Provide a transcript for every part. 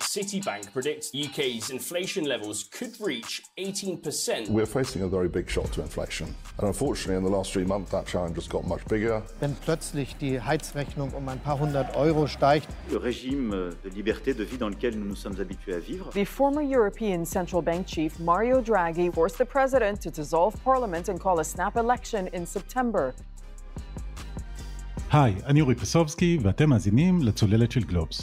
Citibank predicts the UK's inflation levels could reach 18%. We're facing a very big shock to inflation. And unfortunately, in the last 3 months, that challenge has got much bigger. Wenn plötzlich die Heizrechnung ein paar hundert Euro steigt. Le régime de liberté de vie dans lequel nous nous sommes habitués à vivre. The former European Central Bank chief Mario Draghi forced the president to dissolve parliament and call a snap election in September. היי, אני אורי פסובסקי ואתם מאזינים לצוללת של גלובס.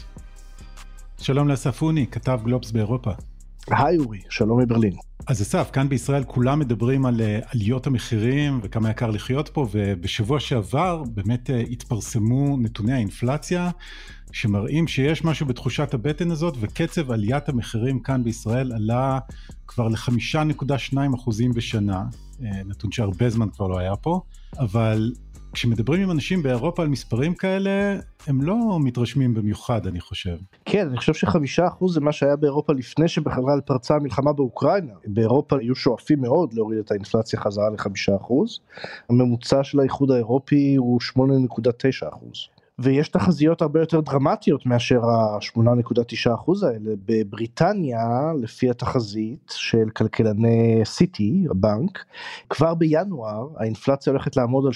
שלום לאסף אוני, כתב גלובס באירופה. היי אורי, שלום מברלין. אז אסף, כאן בישראל כולם מדברים על עליות המחירים וכמה יקר לחיות פה, ובשבוע שעבר באמת התפרסמו נתוני האינפלציה, שמראים שיש משהו בתחושת הבטן הזאת, וקצב עליית המחירים כאן בישראל עלה כבר ל5.2% בשנה, נתון שהרבה זמן כבר לא היה פה, אבל כשמדברים עם אנשים באירופה על מספרים כאלה, הם לא מתרשמים במיוחד, אני חושב. כן, אני חושב ש5% זה מה שהיה באירופה לפני שבכלל פרצה המלחמה באוקראינה. באירופה היו שואפים מאוד להוריד את האינפלציה חזרה ל5%. הממוצע של האיחוד האירופי הוא 8.9%. ויש תחזיות הרבה יותר דרמטיות מאשר ה8.9% האלה. בבריטניה, לפי התחזית של כלכלני סיטי, הבנק, כבר בינואר האינפלציה הולכת לעמוד על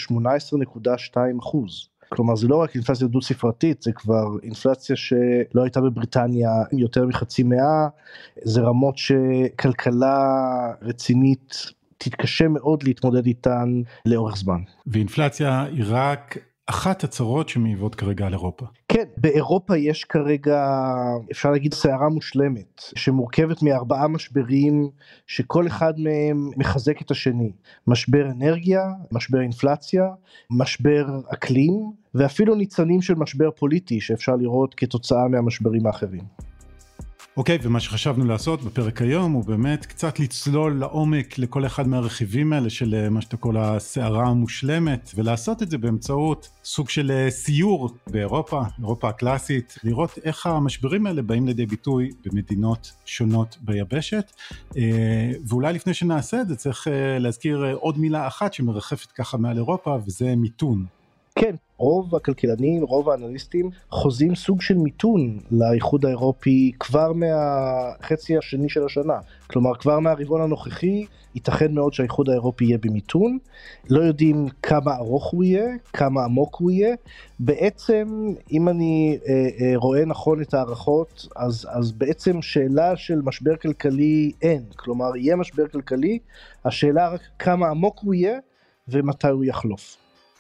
18.2%. כלומר זה לא רק אינפלציה דו ספרתית, זה כבר אינפלציה שלא הייתה בבריטניה יותר מחצי מאה, זה רמות שכלכלה רצינית תתקשה מאוד להתמודד איתן לאורך זמן. ואינפלציה היא רק אחת הצרות שמעיבות כרגע על אירופה. כן, באירופה יש כרגע, אפשר להגיד, סערה מושלמת, שמורכבת מ4 משברים, שכל אחד מהם מחזק את השני. משבר אנרגיה, משבר אינפלציה, משבר אקלים, ואפילו ניצנים של משבר פוליטי, שאפשר לראות כתוצאה מהמשברים האחרים. אוקיי, ומה שחשבנו לעשות בפרק היום הוא באמת קצת לצלול לעומק לכל אחד מהרכיבים האלה של מה שאתה קורא הסערה המושלמת, ולעשות את זה באמצעות סוג של סיור באירופה, אירופה הקלאסית, לראות איך המשברים האלה באים לידי ביטוי במדינות שונות ביבשת, ואולי לפני שנעשה את זה צריך להזכיר עוד מילה אחת שמרחפת ככה מעל אירופה, וזה מיתון. כן, רוב הכלכלנים, רוב האנליסטים חוזים סוג של מיתון לאיחוד האירופי כבר מהחצי השני של השנה. כלומר, כבר מהרבעון הנוכחי ייתכן מאוד שהאיחוד האירופי יהיה במיתון. לא יודעים כמה ארוך הוא יהיה, כמה עמוק הוא יהיה. בעצם, אם אני רואה נכון את הערכות, אז בעצם שאלה של משבר כלכלי אין. כלומר, יהיה משבר כלכלי, השאלה רק כמה עמוק הוא יהיה ומתי הוא יחלוף.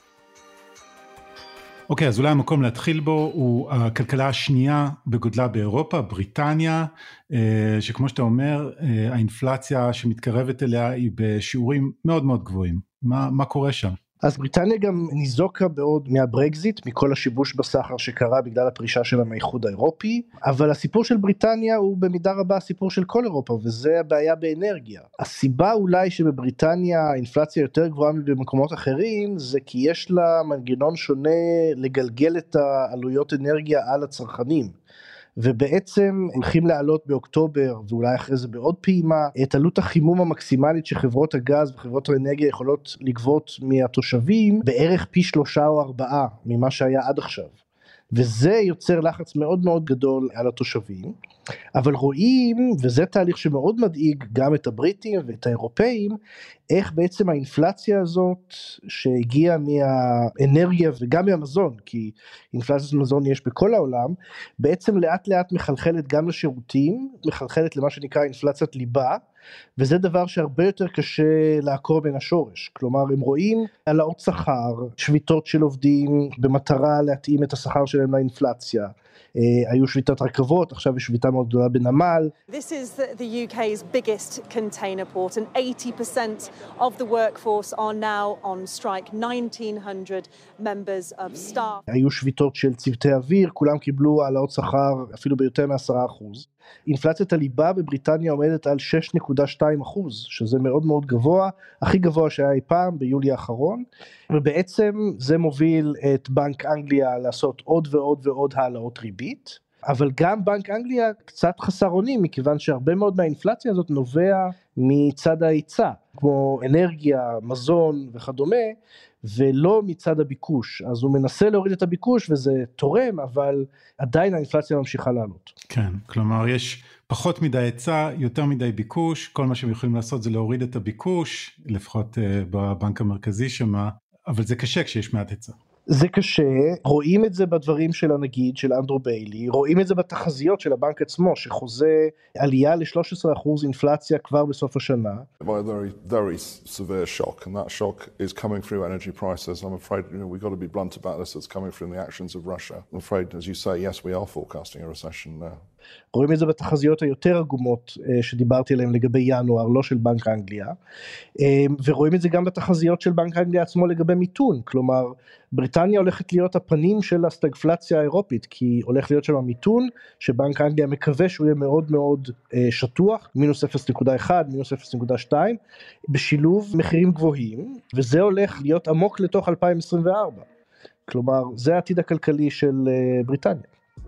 אוקיי, אז אולי המקום להתחיל בו הוא הכלכלה השנייה בגודלה באירופה, בריטניה, שכמו שאתה אומר, האינפלציה שמתקרבת אליה היא בשיעורים מאוד מאוד גבוהים. מה קורה שם? אז בריטניה גם ניזוקה מאוד מהברקזיט, מכל השיבוש בסחר שקרה בגלל הפרישה שלה מהאיחוד האירופי, אבל הסיפור של בריטניה הוא במידה רבה הסיפור של כל אירופה, וזה הבעיה באנרגיה. הסיבה אולי שבבריטניה האינפלציה יותר גבוהה מבמקומות אחרים, זה כי יש לה מנגנון שונה לגלגל את העלויות אנרגיה על הצרכנים. ובעצם הולכים לעלות באוקטובר, ואולי אחרי זה בעוד פעימה, את עלות החימום המקסימלית שחברות הגז וחברות האנרגיה יכולות לגבות מהתושבים, בערך פי 3 או 4 ממה שהיה עד עכשיו. וזה יוצר לחץ מאוד מאוד גדול על התושבים, אבל רואים, וזה תהליך שמאוד מדאיג גם את הבריטים ואת האירופאים, איך בעצם האינפלציה הזאת שהגיעה מהאנרגיה וגם מהמזון, כי אינפלציית מזון יש בכל העולם, בעצם לאט לאט מחלחלת גם לשירותים, מחלחלת למה שנקרא אינפלציית ליבה, וזה דבר שהרבה יותר קשה לעקור בין השורש. כלומר, הם רואים העלאות שכר, שביתות של עובדים במטרה להתאים את השכר שלהם לאינפלציה. היו שביתת רכבות, עכשיו יש שביתה מאוד גדולה בנמל. This is the UK's biggest container port and 80% of the workforce are now on strike, 1900 members of staff. היו שביתות של צוותי אוויר, כולם קיבלו העלאות שכר אפילו ביותר מ10%. אינפלציית הליבה בבריטניה עומדת על 6.2%, שזה מאוד מאוד גבוה, הכי גבוה שהיה אי פעם ביולי האחרון, ובעצם זה מוביל את בנק אנגליה לעשות עוד ועוד ועוד העלאות ריבית, אבל גם בנק אנגליה קצת חסר אונים, מכיוון שהרבה מאוד מהאינפלציה הזאת נובע מצד ההיצע, כמו אנרגיה, מזון וכדומה, ולא מצד הביקוש. אז הוא מנסה להוריד את הביקוש וזה תורם, אבל עדיין האינפלציה ממשיכה לעלות. כן, כלומר יש פחות מדי היצע, יותר מדי ביקוש, כל מה שהם יכולים לעשות זה להוריד את הביקוש, לפחות בבנק המרכזי שמה, אבל זה קשה כשיש מעט היצע. זה קשה, רואים את זה בדברים של הנגיד, של אנדרו ביילי, רואים את זה בתחזיות של הבנק עצמו, שחוזה עלייה ל-13% אינפלציה כבר בסוף השנה. By a very, very severe shock, and that shock is coming through energy prices. I'm afraid, we've got to be blunt about this, it's coming from the actions of Russia. I'm afraid, as you say, yes, we are forecasting a recession now. רואים את זה בתחזיות היותר עגומות שדיברתי עליהן לגבי ינואר, לא של בנק האנגליה, ורואים את זה גם בתחזיות של בנק האנגליה עצמו לגבי מיתון, כלומר בריטניה הולכת להיות הפנים של הסטגפלציה האירופית, כי הולך להיות שם מיתון, שבנק האנגליה מקווה שהוא יהיה מאוד מאוד שטוח, מינוס 0.1, מינוס 0.2, בשילוב מחירים גבוהים, וזה הולך להיות עמוק לתוך 2024, כלומר זה העתיד הכלכלי של בריטניה.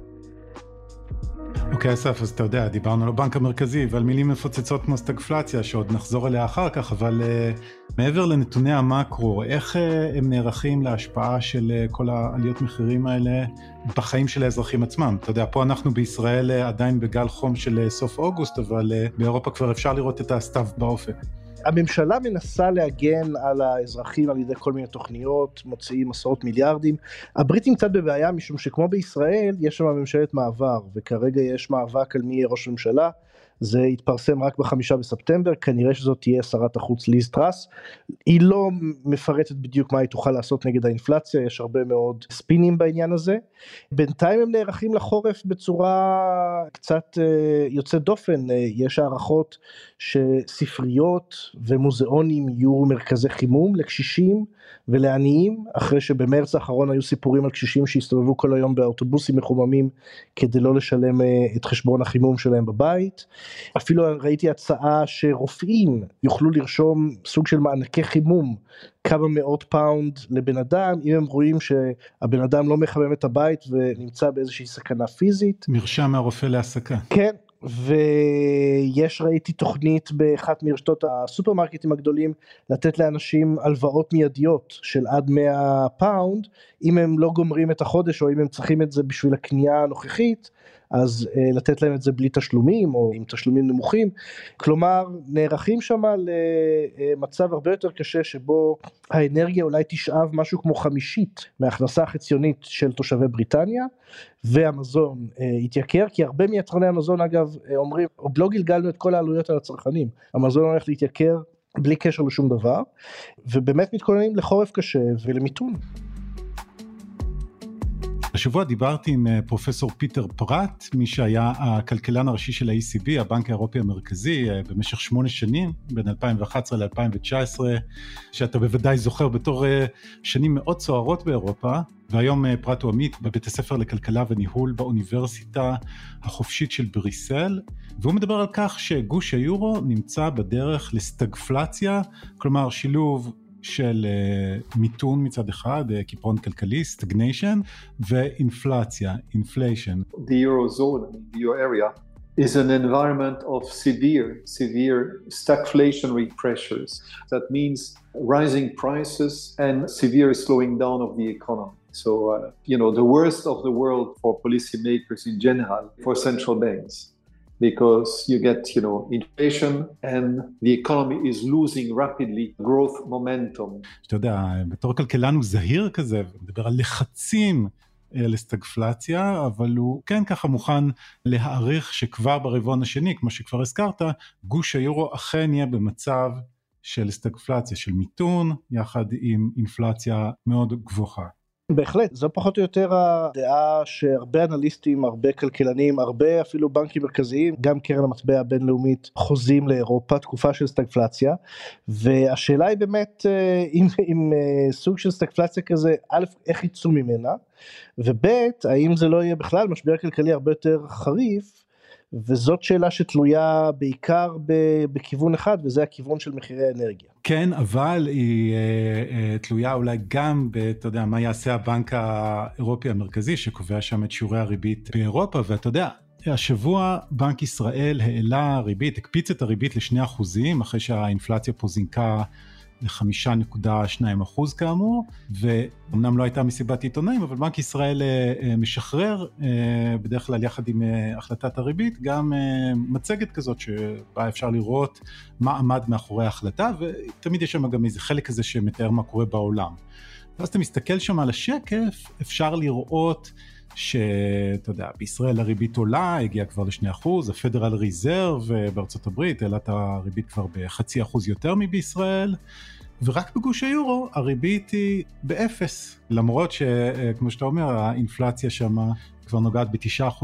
אוקיי, אסף, אז אתה יודע, דיברנו על הבנק המרכזי ועל מילים מפוצצות כמו סטגפלציה, שעוד נחזור אליה אחר כך, אבל מעבר לנתוני המקרו, איך הם נערכים להשפעה של כל העליות מחירים האלה בחיים של האזרחים עצמם? אתה יודע, פה אנחנו בישראל עדיין בגל חום של סוף אוגוסט, אבל באירופה כבר אפשר לראות את הסתיו באופק. הממשלה מנסה להגן על האזרחים על ידי כל מיני תוכניות, מוציאים עשרות מיליארדים. הבריטים קצת בבעיה משום שכמו בישראל יש שם ממשלת מעבר, וכרגע יש מאבק על מי יהיה ראש ממשלה, זה התפרסם רק ב5 בספטמבר, כנראה שזאת תהיה שרת החוץ ליז טראס, היא לא מפרטת בדיוק מה היא תוכל לעשות נגד האינפלציה, יש הרבה מאוד ספינים בעניין הזה, בינתיים הם נערכים לחורף בצורה קצת יוצאת דופן, יש הערכות שספריות ומוזיאונים יהיו מרכזי חימום לקשישים ולעניים, אחרי שבמרץ האחרון היו סיפורים על קשישים שהסתובבו כל היום באוטובוסים מחוממים כדי לא לשלם את חשבון החימום שלהם בבית, אפילו ראיתי הצעה שרופאים יוכלו לרשום סוג של מענקי חימום, כמה מאות פאונד לבן אדם, אם הם רואים שהבן אדם לא מחמם את הבית ונמצא באיזושהי סכנה פיזית. מרשם מהרופא להעסקה. כן. ויש ראיתי תוכנית באחת מרשתות הסופרמרקטים הגדולים לתת לאנשים הלוואות מיידיות של עד 100 פאונד, אם הם לא גומרים את החודש או אם הם צריכים את זה בשביל הקנייה הנוכחית, אז לתת להם את זה בלי תשלומים או עם תשלומים נמוכים, כלומר נערכים שם למצב הרבה יותר קשה שבו האנרגיה אולי תשאב משהו כמו 50% מההכנסה החציונית של תושבי בריטניה, והמזון יתייקר, כי הרבה מיצרני המזון אגב אומרים, עוד לא גלגלנו את כל העלויות על הצרכנים, המזון הולך להתייקר בלי קשר לשום דבר, ובאמת מתכוננים לחורף קשה ולמיתון. השבוע דיברתי עם פרופסור פיטר פרט, מי שהיה הכלכלן הראשי של ה-ECB, הבנק האירופי המרכזי, במשך 8 שנים, בין 2011 ל-2019, שאתה בוודאי זוכר בתור שנים מאוד סוערות באירופה, והיום פרט הוא עמית בבית הספר לכלכלה וניהול באוניברסיטה החופשית של בריסל, והוא מדבר על כך שגוש היורו נמצא בדרך לסטגפלציה, כלומר שילוב של מיתון מצד אחד, קיפאון כלכלי, stagnation, ואינפלציה, inflation. The Eurozone, the Euro area, is an environment of severe stagflationary pressures. That means rising prices and severe slowing down of the economy. So, the worst of the world for policymakers in general, for central banks. Because you get, inflation and the economy is losing rapidly growth momentum. אתה יודע, בתור כלכלן הוא זהיר כזה, מדבר על לחצים לסטגפלציה, אבל הוא כן ככה מוכן להעריך שכבר ברבעון השני, כמו שכבר הזכרת, גוש היורו אכן יהיה במצב של סטגפלציה, של מיתון, יחד עם אינפלציה מאוד גבוהה. בהחלט, זו פחות או יותר הדעה שהרבה אנליסטים, הרבה כלכלנים, הרבה אפילו בנקים מרכזיים, גם קרן המטבע הבינלאומית חוזים לאירופה, תקופה של סטגפלציה, והשאלה היא באמת אם סוג של סטגפלציה כזה, א', איך יצאו ממנה, וב', האם זה לא יהיה בכלל משבר כלכלי הרבה יותר חריף, וזאת שאלה שתלויה בעיקר בכיוון אחד, וזה הכיוון של מחירי האנרגיה. כן, אבל היא תלויה אולי גם אתה יודע, מה יעשה הבנק האירופי המרכזי, שקובע שם את שיעורי הריבית באירופה, ואתה יודע, השבוע בנק ישראל העלה ריבית, הקפיץ את הריבית ל2%, אחרי שהאינפלציה פה זינקה ל5.2% כאמור, ואומנם לא הייתה מסיבת עיתונאים, אבל בנק ישראל משחרר, בדרך כלל יחד עם החלטת הריבית, גם מצגת כזאת שבה אפשר לראות מה עמד מאחורי ההחלטה, ותמיד יש שם גם איזה חלק כזה שמתאר מה קורה בעולם. ואז אתה מסתכל שם על השקף, אפשר לראות שאתה יודע, בישראל הריבית עולה, הגיעה כבר ל2%, הפדרל ריזרב בארצות הברית, העלה את הריבית כבר ב0.5% יותר מבישראל, ורק בגוש היורו הריבית היא באפס, למרות שכמו שאתה אומר, האינפלציה שם כבר נוגעת ב9%,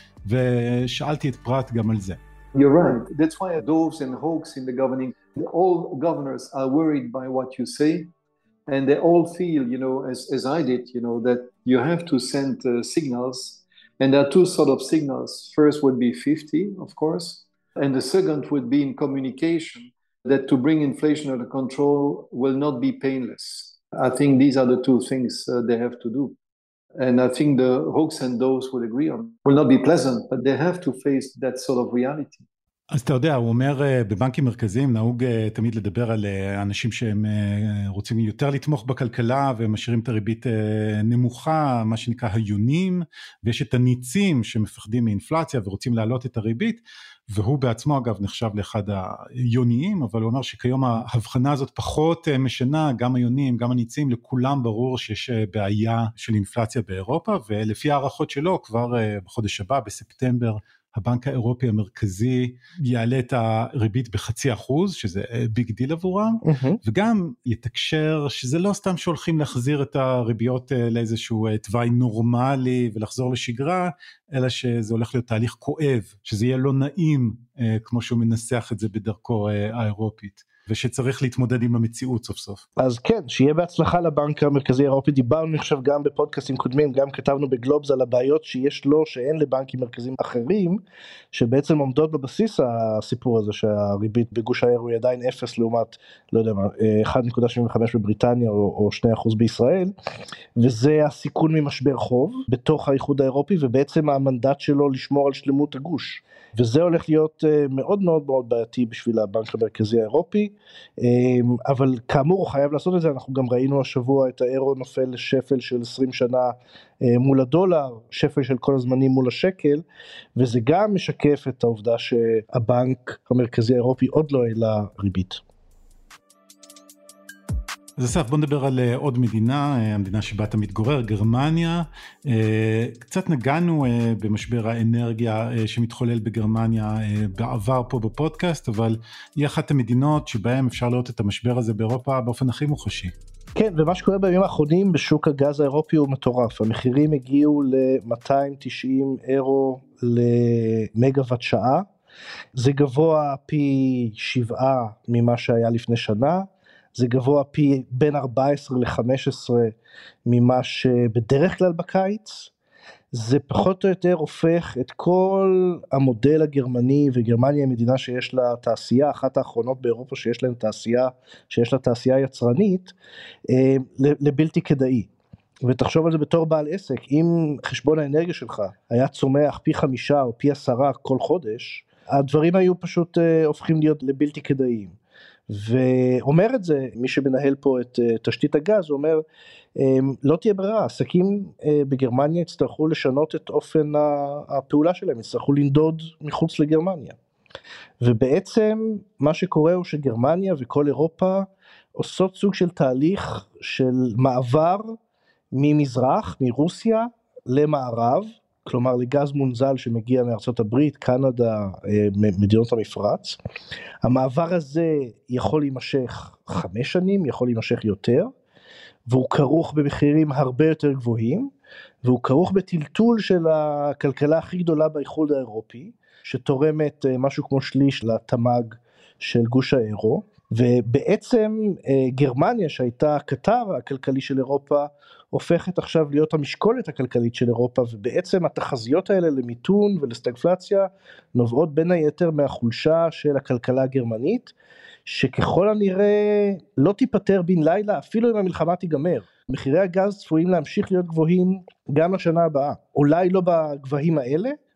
ושאלתי את פרט גם על זה. You're right. That's why doves and hawks in the governing, all governors are worried by what you say. And they all feel, as I did, that you have to send signals. And there are two sort of signals. First would be 50, of course. And the second would be in communication, that to bring inflation under control will not be painless. I think these are the two things they have to do. And I think the hawks and doves would agree on. Will not be pleasant, but they have to face that sort of reality. אז אתה יודע, הוא אומר, בבנקים מרכזיים נהוג תמיד לדבר על אנשים שהם רוצים יותר לתמוך בכלכלה, ומשאירים את הריבית נמוכה, מה שנקרא היונים, ויש את הניצים שמפחדים מאינפלציה ורוצים להעלות את הריבית, והוא בעצמו אגב נחשב לאחד היוניים, אבל הוא אומר שכיום ההבחנה הזאת פחות משנה, גם היונים, גם הניצים, לכולם ברור שיש בעיה של אינפלציה באירופה, ולפי הערכות שלו כבר בחודש הבא, בספטמבר, הבנק האירופי המרכזי יעלה את הריבית ב0.5%, שזה ביג דיל עבורם, וגם יתקשר שזה לא סתם שהולכים להחזיר את הריביות לאיזשהו תוואי נורמלי ולחזור לשגרה, אלא שזה הולך להיות תהליך כואב, שזה יהיה לא נעים, כמו שהוא מנסח את זה בדרכו האירופית. ושצריך להתמודד עם המציאות סוף סוף. אז כן, שיהיה בהצלחה לבנק המרכזי האירופי. דיברנו, אני חושב, גם בפודקאסטים קודמים, גם כתבנו בגלובס על הבעיות שיש לו, שאין לבנקים מרכזיים אחרים, שבעצם עומדות בבסיס הסיפור הזה, שהריבית בגוש האירו היא עדיין 0 לעומת, לא יודע מה, 1.75 בבריטניה או 2% בישראל, וזה הסיכון ממשבר חוב בתוך האיחוד האירופי, ובעצם המנדט שלו לשמור על שלמות הגוש. וזה הולך להיות מאוד מאוד מאוד בעייתי בשביל הבנק המרכזי האירופי, אבל כאמור הוא חייב לעשות את זה. אנחנו גם ראינו השבוע את האירו נופל לשפל של 20 שנה מול הדולר, שפל של כל הזמנים מול השקל, וזה גם משקף את העובדה שהבנק המרכזי האירופי עוד לא העלה ריבית. אז אסף, בוא נדבר על עוד מדינה, המדינה שבה אתה מתגורר, גרמניה. קצת נגענו במשבר האנרגיה שמתחולל בגרמניה בעבר פה בפודקאסט, אבל היא אחת המדינות שבהן אפשר לראות את המשבר הזה באירופה באופן הכי מוחשי. כן, ומה שקורה בימים האחרונים בשוק הגז האירופי הוא מטורף. המחירים הגיעו ל-290 אירו למגוואט שעה. זה גבוה פי 7 ממה שהיה לפני שנה. זה גבוה פי בין 14 ל-15 ממה שבדרך כלל בקיץ. זה פחות או יותר הופך את כל המודל הגרמני, וגרמניה היא מדינה שיש לה תעשייה, אחת האחרונות באירופה שיש לה תעשייה, שיש לה תעשייה יצרנית, לבלתי כדאי. ותחשוב על זה בתור בעל עסק, אם חשבון האנרגיה שלך היה צומח פי 5 או פי 10 כל חודש, הדברים היו פשוט הופכים להיות לבלתי כדאיים. ואומר את זה, מי שמנהל פה את תשתית הגז, הוא אומר, לא תהיה ברירה, עסקים בגרמניה יצטרכו לשנות את אופן הפעולה שלהם, יצטרכו לנדוד מחוץ לגרמניה. ובעצם מה שקורה הוא שגרמניה וכל אירופה עושות סוג של תהליך של מעבר ממזרח, מרוסיה למערב, כלומר לגז מונזל שמגיע מארצות הברית, קנדה, מדינות המפרץ. המעבר הזה יכול להימשך 5 שנים, יכול להימשך יותר, והוא כרוך במחירים הרבה יותר גבוהים, והוא כרוך בטלטול של הכלכלה הכי גדולה באיחוד האירופי, שתורמת משהו כמו שליש לתמ"ג של גוש האירו, ובעצם גרמניה שהייתה הקטר הכלכלי של אירופה, הופכת עכשיו להיות המשקולת הכלכלית של אירופה, ובעצם התחזיות האלה למיתון ולסטגפלציה, נובעות בין היתר מהחולשה של הכלכלה הגרמנית, שככל הנראה לא תיפטר בן לילה, אפילו אם המלחמה תיגמר. מחירי הגז צפויים להמשיך להיות גבוהים גם לשנה הבאה, אולי לא בגבהים האלה,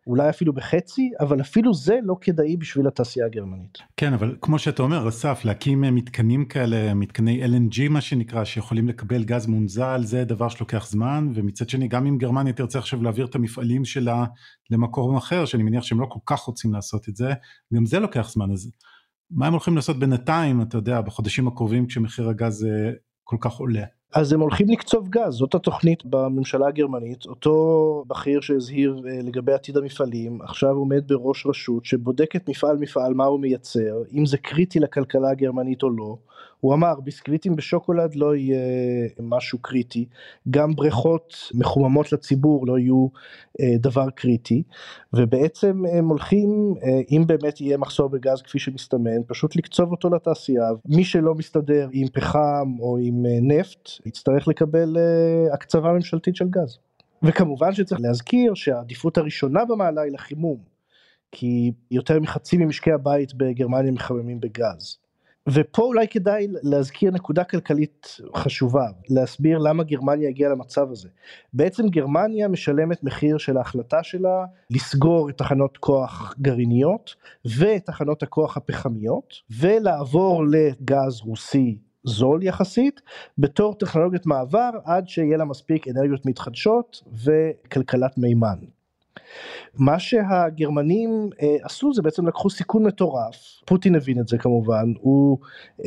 אולי אפילו בחצי, אבל אפילו זה לא כדאי בשביל התעשייה הגרמנית. כן, אבל כמו שאתה אומר, אסף, להקים מתקנים כאלה, מתקני LNG מה שנקרא, שיכולים לקבל גז מונזל, זה דבר שלוקח זמן, ומצד שני, גם אם גרמניה תרצה עכשיו להעביר את המפעלים שלה למקום אחר, שאני מניח שהם לא כל כך רוצים לעשות את זה, גם זה לוקח זמן. אז מה הם הולכים לעשות בינתיים, אתה יודע, בחודשים הקרובים, כשמחיר הגז כל כך עולה? אז הם הולכים לקצוב גז, זאת התוכנית בממשלה הגרמנית, אותו בכיר שהזהיר לגבי עתיד המפעלים, עכשיו עומד בראש רשות שבודקת מפעל מה הוא מייצר, אם זה קריטי לכלכלה הגרמנית או לא, הוא אמר ביסקוויטים בשוקולד לא יהיה משהו קריטי, גם בריכות מחוממות לציבור לא יהיו דבר קריטי, ובעצם הם הולכים, אם באמת יהיה מחסור בגז כפי שמסתמן, פשוט לקצוב אותו לתעשייה, מי שלא מסתדר עם פחם או עם נפט, יצטרך לקבל הקצבה ממשלתית של גז. וכמובן שצריך להזכיר שהעדיפות הראשונה במעלה היא לחימום, כי יותר מחצי ממשקי הבית בגרמניה מחממים בגז. ופה אולי כדאי להזכיר נקודה כלכלית חשובה, להסביר למה גרמניה הגיעה למצב הזה. בעצם גרמניה משלמת מחיר של ההחלטה שלה לסגור את תחנות כוח גרעיניות ותחנות הכוח הפחמיות, ולעבור לגז רוסי זול יחסית, בתור טכנולוגיית מעבר עד שיהיה לה מספיק אנרגיות מתחדשות וכלכלת מימן. מה שהגרמנים עשו זה בעצם לקחו סיכון מטורף, פוטין הבין את זה כמובן, הוא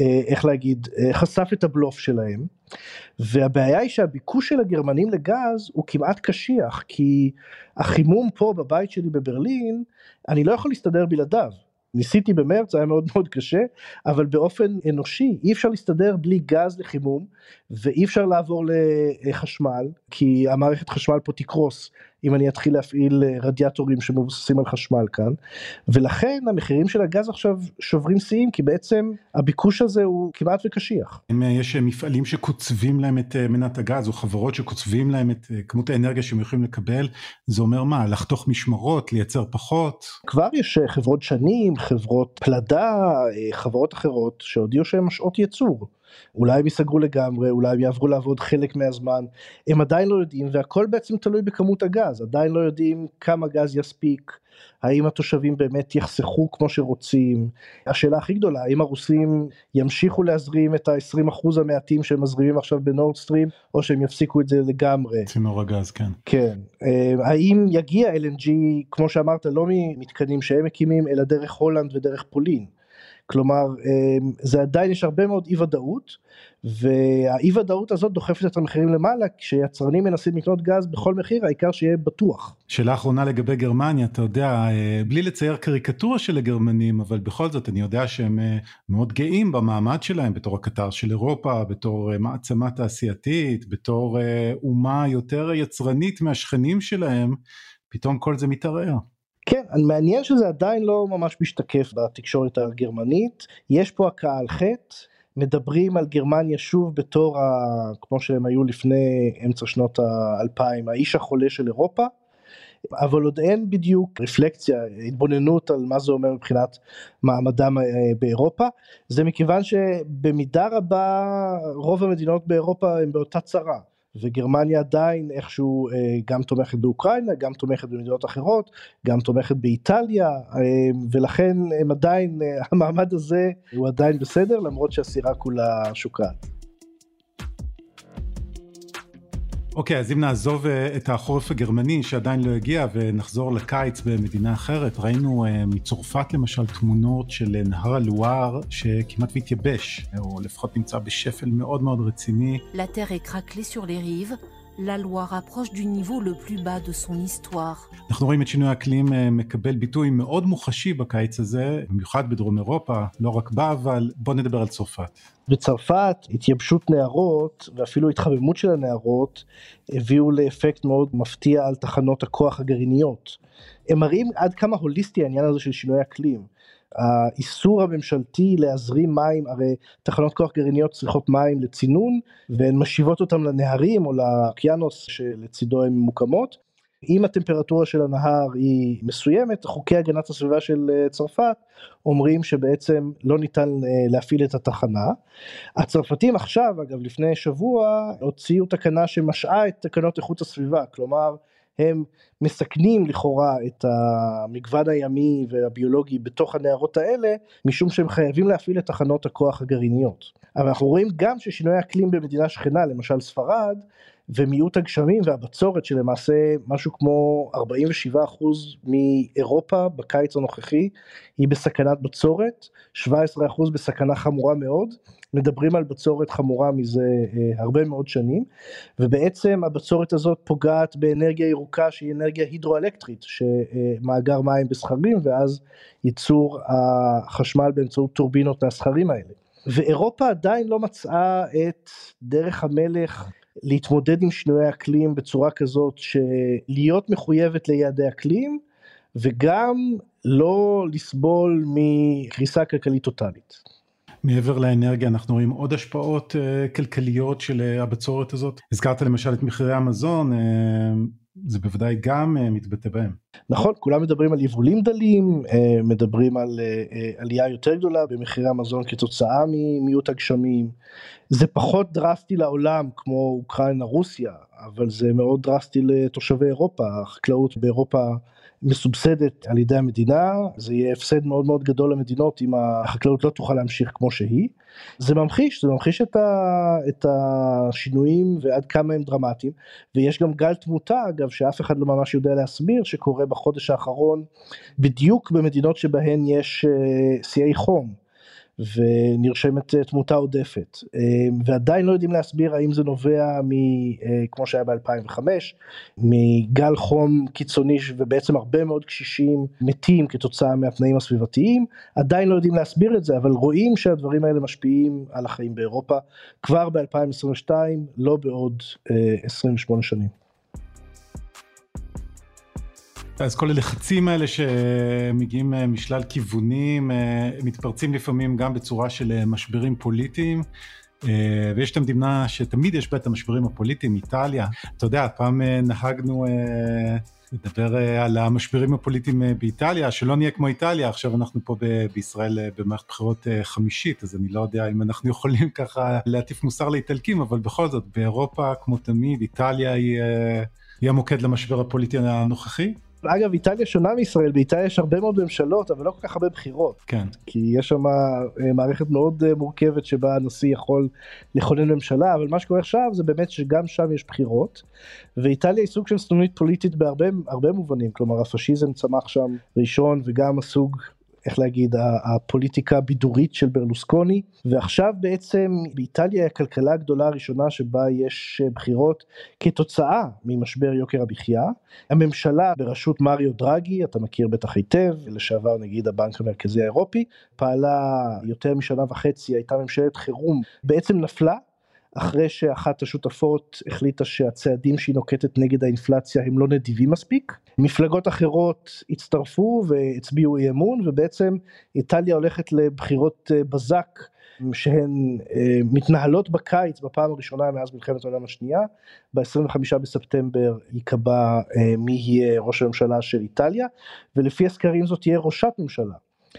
חשף את הבלוף שלהם, והבעיה היא שהביקוש של הגרמנים לגז הוא כמעט קשיח, כי החימום פה בבית שלי בברלין, אני לא יכול להסתדר בלעדיו, ניסיתי במרץ, זה היה מאוד מאוד קשה, אבל באופן אנושי, אי אפשר להסתדר בלי גז לחימום, ואי אפשר לעבור לחשמל, כי המערכת חשמל פה תקרוס, אם אני אתחיל להפעיל רדיאטורים שמבוססים על חשמל כאן, ולכן המחירים של הגז עכשיו שוברים שיאים, כי בעצם הביקוש הזה הוא כמעט וקשיח. אם יש מפעלים שקוצבים להם את מנת הגז, או חברות שקוצבים להם את כמות האנרגיה שהם יכולים לקבל, זה אומר מה? לחתוך משמרות, לייצר פחות? כבר יש חברות שנים, חברות פלדה, חברות אחרות, שהודיעו שהן משעות ייצור. אולי הם ייסגרו לגמרי, אולי הם יעברו לעבוד חלק מהזמן, הם עדיין לא יודעים, והכל בעצם תלוי בכמות הגז, עדיין לא יודעים כמה גז יספיק, האם התושבים באמת יחסכו כמו שרוצים, השאלה הכי גדולה, האם הרוסים ימשיכו להזרים את ה-20% המעטים שהם מזרימים עכשיו בנורדסטרים, או שהם יפסיקו את זה לגמרי. צינור הגז, כן. כן, האם יגיע LNG, כמו שאמרת, לא ממתקנים שהם מקימים, אלא דרך הולנד ודרך פולין, כלומר, זה עדיין יש הרבה מאוד אי ודאות, והאי ודאות הזאת דוחפת את המחירים למעלה, כשיצרנים מנסים לקנות גז בכל מחיר, העיקר שיהיה בטוח. שאלה אחרונה לגבי גרמניה, אתה יודע, בלי לצייר קריקטורה של הגרמנים, אבל בכל זאת אני יודע שהם מאוד גאים במעמד שלהם, בתור הקטר של אירופה, בתור מעצמה תעשייתית, בתור אומה יותר יצרנית מהשכנים שלהם, פתאום כל זה מתערער. כן, מעניין שזה עדיין לא ממש משתקף בתקשורת הגרמנית, יש פה הקאה על חטא, מדברים על גרמניה שוב בתור, כמו שהם היו לפני אמצע שנות ה-2000, האיש החולה של אירופה, אבל עוד אין בדיוק רפלקציה, התבוננות על מה זה אומר מבחינת מעמדם באירופה, זה מכיוון שבמידה רבה רוב המדינות באירופה הם באותה צרה, וגרמניה עדיין איכשהו גם תומכת באוקראינה, גם תומכת במדינות אחרות, גם תומכת באיטליה, ולכן הם עדיין, המעמד הזה הוא עדיין בסדר, למרות שהסירה כולה שוקעת. אוקיי, אז אם נעזוב את החורף הגרמני שעדיין לא הגיע ונחזור לקיץ במדינה אחרת, ראינו מצרפת למשל תמונות של נהר הלואר שכמעט והתייבש, או לפחות נמצא בשפל מאוד מאוד רציני. La terre est craquelée sur les rives. La Loire approche du niveau le plus bas de son histoire. אנחנו רואים את שינוי האקלים מקבל ביטוי מאוד מוחשי בקיץ הזה, במיוחד בדרום אירופה, לא רק בה, אבל בוא נדבר על צרפת. בצרפת התייבשות נהרות ואפילו התחממות של הנהרות הביאו לאפקט מאוד מפתיע על תחנות הכוח הגרעיניות. הם מראים עד כמה הוליסטי העניין הזה של שינוי האקלים. האיסור הממשלתי להזרים מים, הרי תחנות כוח גרעיניות צריכות מים לצינון, והן משיבות אותם לנהרים או לאוקיינוס שלצידו הן מוקמות. אם הטמפרטורה של הנהר היא מסוימת, חוקי הגנת הסביבה של צרפת אומרים שבעצם לא ניתן להפעיל את התחנה. הצרפתים עכשיו, אגב לפני שבוע, הוציאו תקנה שמשעה את תקנות איכות הסביבה, כלומר, הם מסכנים לכאורה את המגוון הימי והביולוגי בתוך הנערות האלה, משום שהם חייבים להפעיל את תחנות הכוח הגרעיניות. אבל אנחנו רואים גם ששינוי האקלים במדינה שכנה, למשל ספרד, ומיעוט הגשמים והבצורת, שלמעשה משהו כמו 47% מאירופה בקיץ הנוכחי, היא בסכנת בצורת, 17% בסכנה חמורה מאוד, מדברים על בצורת חמורה מזה הרבה מאוד שנים, ובעצם הבצורת הזאת פוגעת באנרגיה ירוקה, שהיא אנרגיה הידרואלקטרית, שמאגר מים בסכרים, ואז ייצור החשמל באמצעות טורבינות מהסכרים האלה. ואירופה עדיין לא מצאה את דרך המלך, להתמודד עם שינוי האקלים בצורה כזאת שלהיות מחויבת ליעדי אקלים וגם לא לסבול מקריסה כלכלית טוטלית. מעבר לאנרגיה אנחנו רואים עוד השפעות כלכליות של הבצורת הזאת. הזכרת למשל את מחירי המזון, זה בוודאי גם מתבטא בהם. נכון, כולם מדברים על יבולים דלים, מדברים על עלייה יותר גדולה במחירי המזון כתוצאה ממיעוט הגשמים. זה פחות דרסטי לעולם כמו אוקראינה, רוסיה, אבל זה מאוד דרסטי לתושבי אירופה. החקלאות באירופה מסובסדת על ידי המדינה, זה יהיה הפסד מאוד מאוד גדול למדינות אם החקלאות לא תוכל להמשיך כמו שהיא. זה ממחיש את השינויים ועד כמה הם דרמטיים, ויש גם גל תמותה אגב שאף אחד לא ממש יודע להסביר, שקורה בחודש האחרון בדיוק במדינות שבהן יש שיאי חום, ונרשמת תמותה עודפת, ועדיין לא יודעים להסביר האם זה נובע כמו שהיה ב-2005, מגל חום קיצוני, ובעצם הרבה מאוד קשישים מתים כתוצאה מהתנאים הסביבתיים, עדיין לא יודעים להסביר את זה, אבל רואים שהדברים האלה משפיעים על החיים באירופה, כבר ב-2022, לא בעוד 28 שנים. אז כל הלחצים האלה שמגיעים משלל כיוונים, מתפרצים לפעמים גם בצורה של משברים פוליטיים, ויש את המדינה שתמיד יש בה את המשברים הפוליטיים, איטליה. אתה יודע, פעם נהגנו לדבר על המשברים הפוליטיים באיטליה, שלא נהיה כמו איטליה, עכשיו אנחנו פה בישראל במערכת בחירות חמישית, אז אני לא יודע אם אנחנו יכולים ככה להטיף מוסר לאיטלקים, אבל בכל זאת, באירופה כמו תמיד, איטליה היא המוקד למשבר הפוליטי הנוכחי. אגב, איטליה שונה מישראל, באיטליה יש הרבה מאוד ממשלות, אבל לא כל כך הרבה בחירות. כן. כי יש שם מערכת מאוד מורכבת שבה הנשיא יכול לכונן ממשלה, אבל מה שקורה עכשיו זה באמת שגם שם יש בחירות, ואיטליה היא סוג של סנונית פוליטית בהרבה מובנים, כלומר הפשיזם צמח שם ראשון, וגם הסוג, איך להגיד, הפוליטיקה הבידורית של ברלוסקוני, ועכשיו בעצם באיטליה הכלכלה הגדולה הראשונה שבה יש בחירות כתוצאה ממשבר יוקר המחיה. הממשלה בראשות מריו דרגי, אתה מכיר בטח היטב, לשעבר נגיד הבנק המרכזי האירופי, פעלה יותר משנה וחצי, הייתה ממשלת חירום, בעצם נפלה, אחרי שאחת השותפות החליטה שהצעדים שהיא נוקטת נגד האינפלציה הם לא נדיבים מספיק. מפלגות אחרות הצטרפו והצביעו אי אמון, ובעצם איטליה הולכת לבחירות בזק, שהן מתנהלות בקיץ בפעם הראשונה מאז מלחמת העולם השנייה. ב-25 בספטמבר יקבע מי יהיה ראש הממשלה של איטליה, ולפי הסקרים זאת תהיה ראשת ממשלה.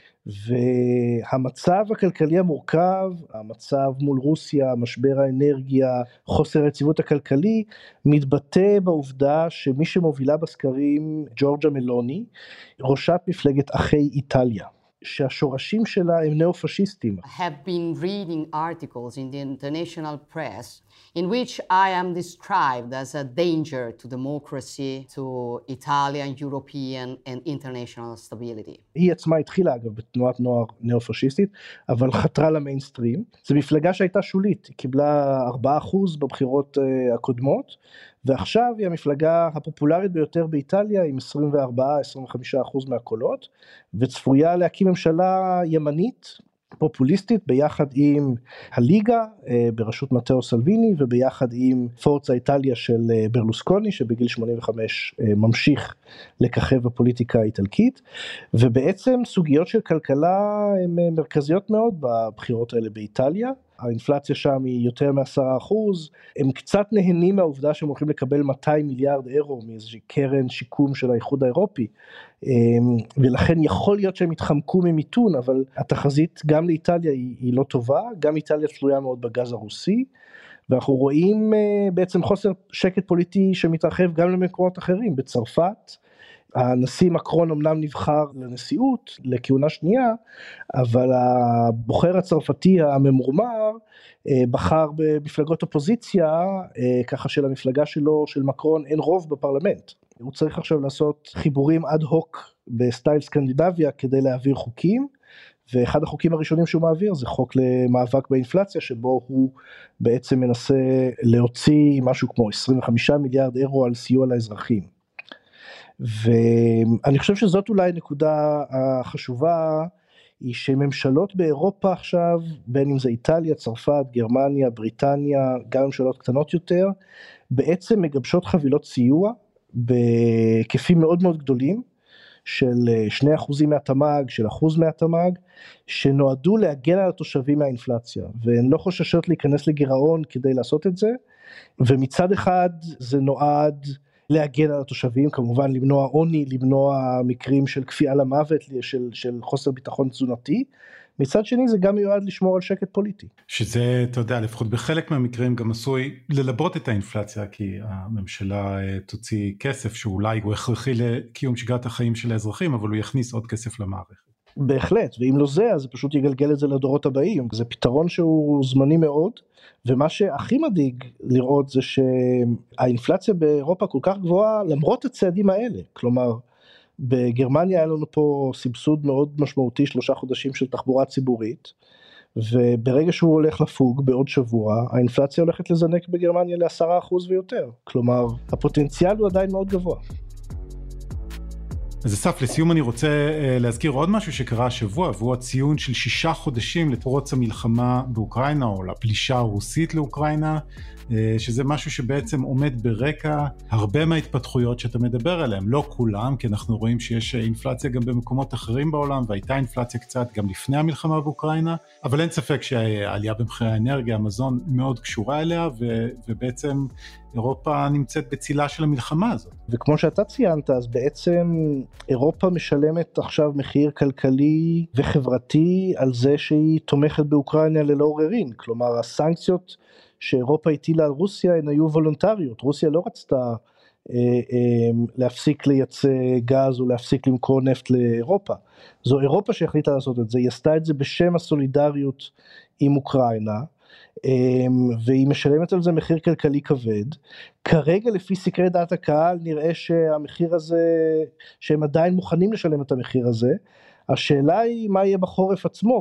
והמצב הכלכלי המורכב, המצב מול רוסיה, משבר האנרגיה, חוסר היציבות הכלכלי, מתבטא בעובדה שמי שמובילה בסקרים, ג'ורג'ה מלוני, ראשת מפלגת אחי איטליה, שהשורשים שלה הם נאו-פשיסטים. I have been reading articles in the international press in which I am described as a danger to democracy, to Italian, European and international stability. היא עצמה התחילה אגב בתנועת נוער נאו-פשיסטית, אבל חתרה למיינסטרים. זו מפלגה שהייתה שולית, היא קיבלה 4% בבחירות הקודמות, ועכשיו היא המפלגה הפופולרית ביותר באיטליה, עם 24-25% מהקולות, וצפויה להקים ממשלה ימנית, פופוליסטית, ביחד עם הליגה, בראשות מתאו סלוויני, וביחד עם פורצה איטליה של ברלוסקוני, שבגיל 85 ממשיך לככב בפוליטיקה האיטלקית, ובעצם סוגיות של כלכלה הן מרכזיות מאוד בבחירות האלה באיטליה. האינפלציה שם היא יותר מ10%, הם קצת נהנים מהעובדה שהם הולכים לקבל 200 מיליארד אירו מאיזושהי קרן שיקום של האיחוד האירופי, ולכן יכול להיות שהם יתחמקו ממיתון, אבל התחזית גם לאיטליה היא לא טובה, גם איטליה תלויה מאוד בגז הרוסי, ואנחנו רואים בעצם חוסר שקט פוליטי שמתרחב גם למקומות אחרים. בצרפת הנשיא מקרון אמנם נבחר לנשיאות לכהונה שנייה, אבל הבוחר הצרפתי הממורמר בחר במפלגות אופוזיציה, ככה שלמפלגה שלו, של מקרון, אין רוב בפרלמנט. הוא צריך עכשיו לעשות חיבורים אד הוק בסטייל סקנדינביה כדי להעביר חוקים, ואחד החוקים הראשונים שהוא מעביר זה חוק למאבק באינפלציה, שבו הוא בעצם מנסה להוציא משהו כמו 25 מיליארד אירו על סיוע לאזרחים. ואני חושב שזאת אולי נקודה החשובה, היא שממשלות באירופה עכשיו, בין אם זה איטליה, צרפת, גרמניה, בריטניה, גם ממשלות קטנות יותר, בעצם מגבשות חבילות סיוע בהיקפים מאוד מאוד גדולים, של 2% מהתמ"ג, של 1% מהתמ"ג, שנועדו להגן על התושבים מהאינפלציה, והן לא חוששות להיכנס לגירעון כדי לעשות את זה, ומצד אחד זה נועד להגן על התושבים, כמובן למנוע עוני, למנוע מקרים של כפייה למוות, של חוסר ביטחון תזונתי, מצד שני זה גם מיועד לשמור על שקט פוליטי. שזה, אתה יודע, לפחות בחלק מהמקרים גם עשוי ללבות את האינפלציה, כי הממשלה תוציא כסף שאולי הוא הכרחי לקיום שגרת החיים של האזרחים, אבל הוא יכניס עוד כסף למערכת. בהחלט, ואם לא זה, אז פשוט יגלגל את זה לדורות הבאים. זה פתרון שהוא זמני מאוד, ומה שהכי מדאיג לראות זה שהאינפלציה באירופה כל כך גבוהה, למרות הצעדים האלה. כלומר, בגרמניה היה לנו פה סבסוד מאוד משמעותי, 3 חודשים של תחבורה ציבורית, וברגע שהוא הולך לפוג בעוד שבוע, האינפלציה הולכת לזנק בגרמניה ל10% ויותר. כלומר, הפוטנציאל הוא עדיין מאוד גבוה. אז אסף, לסיום אני רוצה להזכיר עוד משהו שקרה השבוע, והוא הציון של 6 חודשים לפרוץ המלחמה באוקראינה, או לפלישה הרוסית לאוקראינה, שזה משהו שבעצם עומד ברקע הרבה מההתפתחויות שאתה מדבר עליהן, לא כולם, כי אנחנו רואים שיש אינפלציה גם במקומות אחרים בעולם, והייתה אינפלציה קצת גם לפני המלחמה באוקראינה, אבל אין ספק שהעלייה במחירי האנרגיה, המזון מאוד קשורה אליה, ובעצם אירופה נמצאת בצילה של המלחמה הזאת. וכמו שאתה ציינת, אז בעצם אירופה משלמת עכשיו מחיר כלכלי וחברתי על זה שהיא תומכת באוקראינה ללא עוררין, כלומר הסנקציות שאירופה הטילה על רוסיה הן היו וולונטריות, רוסיה לא רצתה להפסיק לייצא גז או להפסיק למכור נפט לאירופה, זו אירופה שהחליטה לעשות את זה, היא עשתה את זה בשם הסולידריות עם אוקראינה, והיא משלמת על זה מחיר כלכלי כבד. כרגע לפי סקרי דעת הקהל נראה שהמחיר הזה, שהם עדיין מוכנים לשלם את המחיר הזה, השאלה היא מה יהיה בחורף עצמו,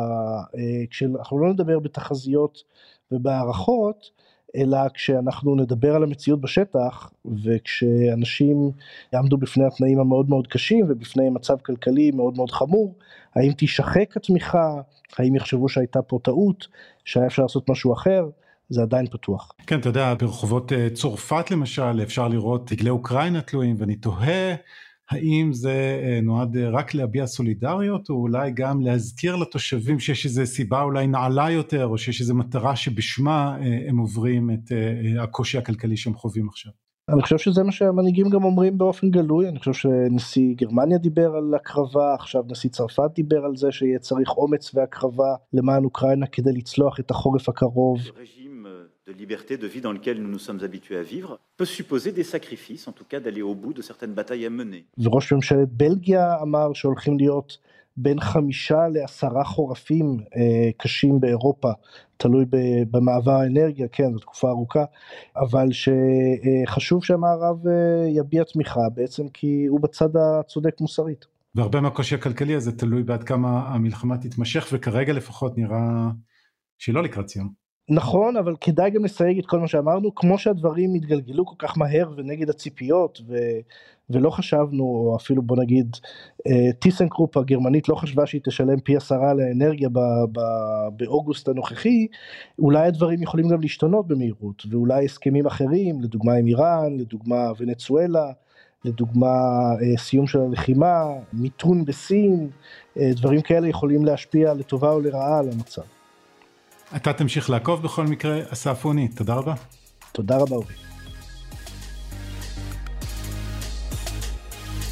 כשאנחנו לא נדבר בתחזיות ובהערכות, אלא כשאנחנו נדבר על המציאות בשטח, וכשאנשים יעמדו בפני התנאים המאוד מאוד קשים, ובפני מצב כלכלי מאוד מאוד חמור, האם תשחק התמיכה, האם יחשבו שהייתה פה טעות, שהיה אפשר לעשות משהו אחר, זה עדיין פתוח. כן, אתה יודע, ברחובות צרפת למשל, אפשר לראות דגלי אוקראינה תלויים, ואני תוהה, האם זה נועד רק להביע סולידריות, או אולי גם להזכיר לתושבים שיש איזו סיבה אולי נעלה יותר, או שיש איזו מטרה שבשמה הם עוברים את הקושי הכלכלי שהם חווים עכשיו? אני חושב שזה מה שהמנהיגים גם אומרים באופן גלוי, אני חושב שנשיא גרמניה דיבר על הקרבה, עכשיו נשיא צרפת דיבר על זה שיהיה צריך אומץ והקרבה למען אוקראינה כדי לצלוח את החורף הקרוב. De liberté de vie dans lequel nous nous sommes habitués à vivre, peut supposer des sacrifices, en tout cas d'aller au bout de certaines batailles à mener. וראש ממשלת בלגיה אמר שהולכים להיות בין 5 ל10 חורפים קשים באירופה, תלוי במעבר האנרגיה, כן, זו תקופה ארוכה, אבל שחשוב שהמערב יביע תמיכה, בעצם כי הוא בצד הצודק מוסרית. והרבה מהקושי הכלכלי הזה תלוי בעד כמה המלחמה תתמשך, וכרגע לפחות נראה שהיא לא לקראת סיום. נכון, אבל כדאי גם לסייג את כל מה שאמרנו, כמו שהדברים התגלגלו כל כך מהר ונגד הציפיות, ולא חשבנו, או אפילו בוא נגיד, טיסנקרופ הגרמנית לא חשבה שהיא תשלם פי 10 לאנרגיה באוגוסט הנוכחי, אולי הדברים יכולים גם להשתנות במהירות, ואולי הסכמים אחרים, לדוגמה עם איראן, לדוגמה ונצואלה, לדוגמה סיום של הלחימה, מיתון בסין, דברים כאלה יכולים להשפיע לטובה או לרעה על המצב. אתה תמשיך לעקוב בכל מקרה, אסף אוני, תודה רבה. תודה רבה אורי.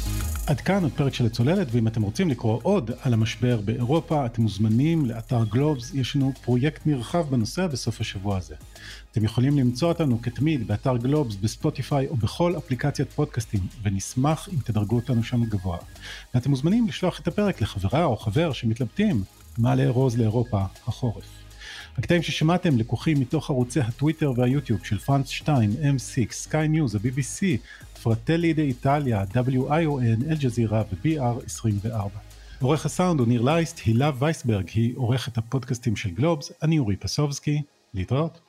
עד כאן עוד פרק של הצוללת, ואם אתם רוצים לקרוא עוד על המשבר באירופה, אתם מוזמנים לאתר גלובס, יש לנו פרויקט נרחב בנושא בסוף השבוע הזה. אתם יכולים למצוא אותנו כתמיד באתר גלובס, בספוטיפיי או בכל אפליקציית פודקאסטים, ונשמח אם תדרגו אותנו שם גבוה. ואתם מוזמנים לשלוח את הפרק לחברה או חבר שמתלבטים מה לארוז לאירופה החורף. הקטעים ששמעתם לקוחים מתוך ערוצי הטוויטר והיוטיוב של פרנס 2, M6, סקיי ניוז, ה-BBC, פרטלי דה איטליה, WION, אל ג'זירה ו-BR24. עורך הסאונד הוא ניר לייסט, הילה וייסברג היא עורכת הפודקאסטים של גלובס, אני אורי פסובסקי, להתראות.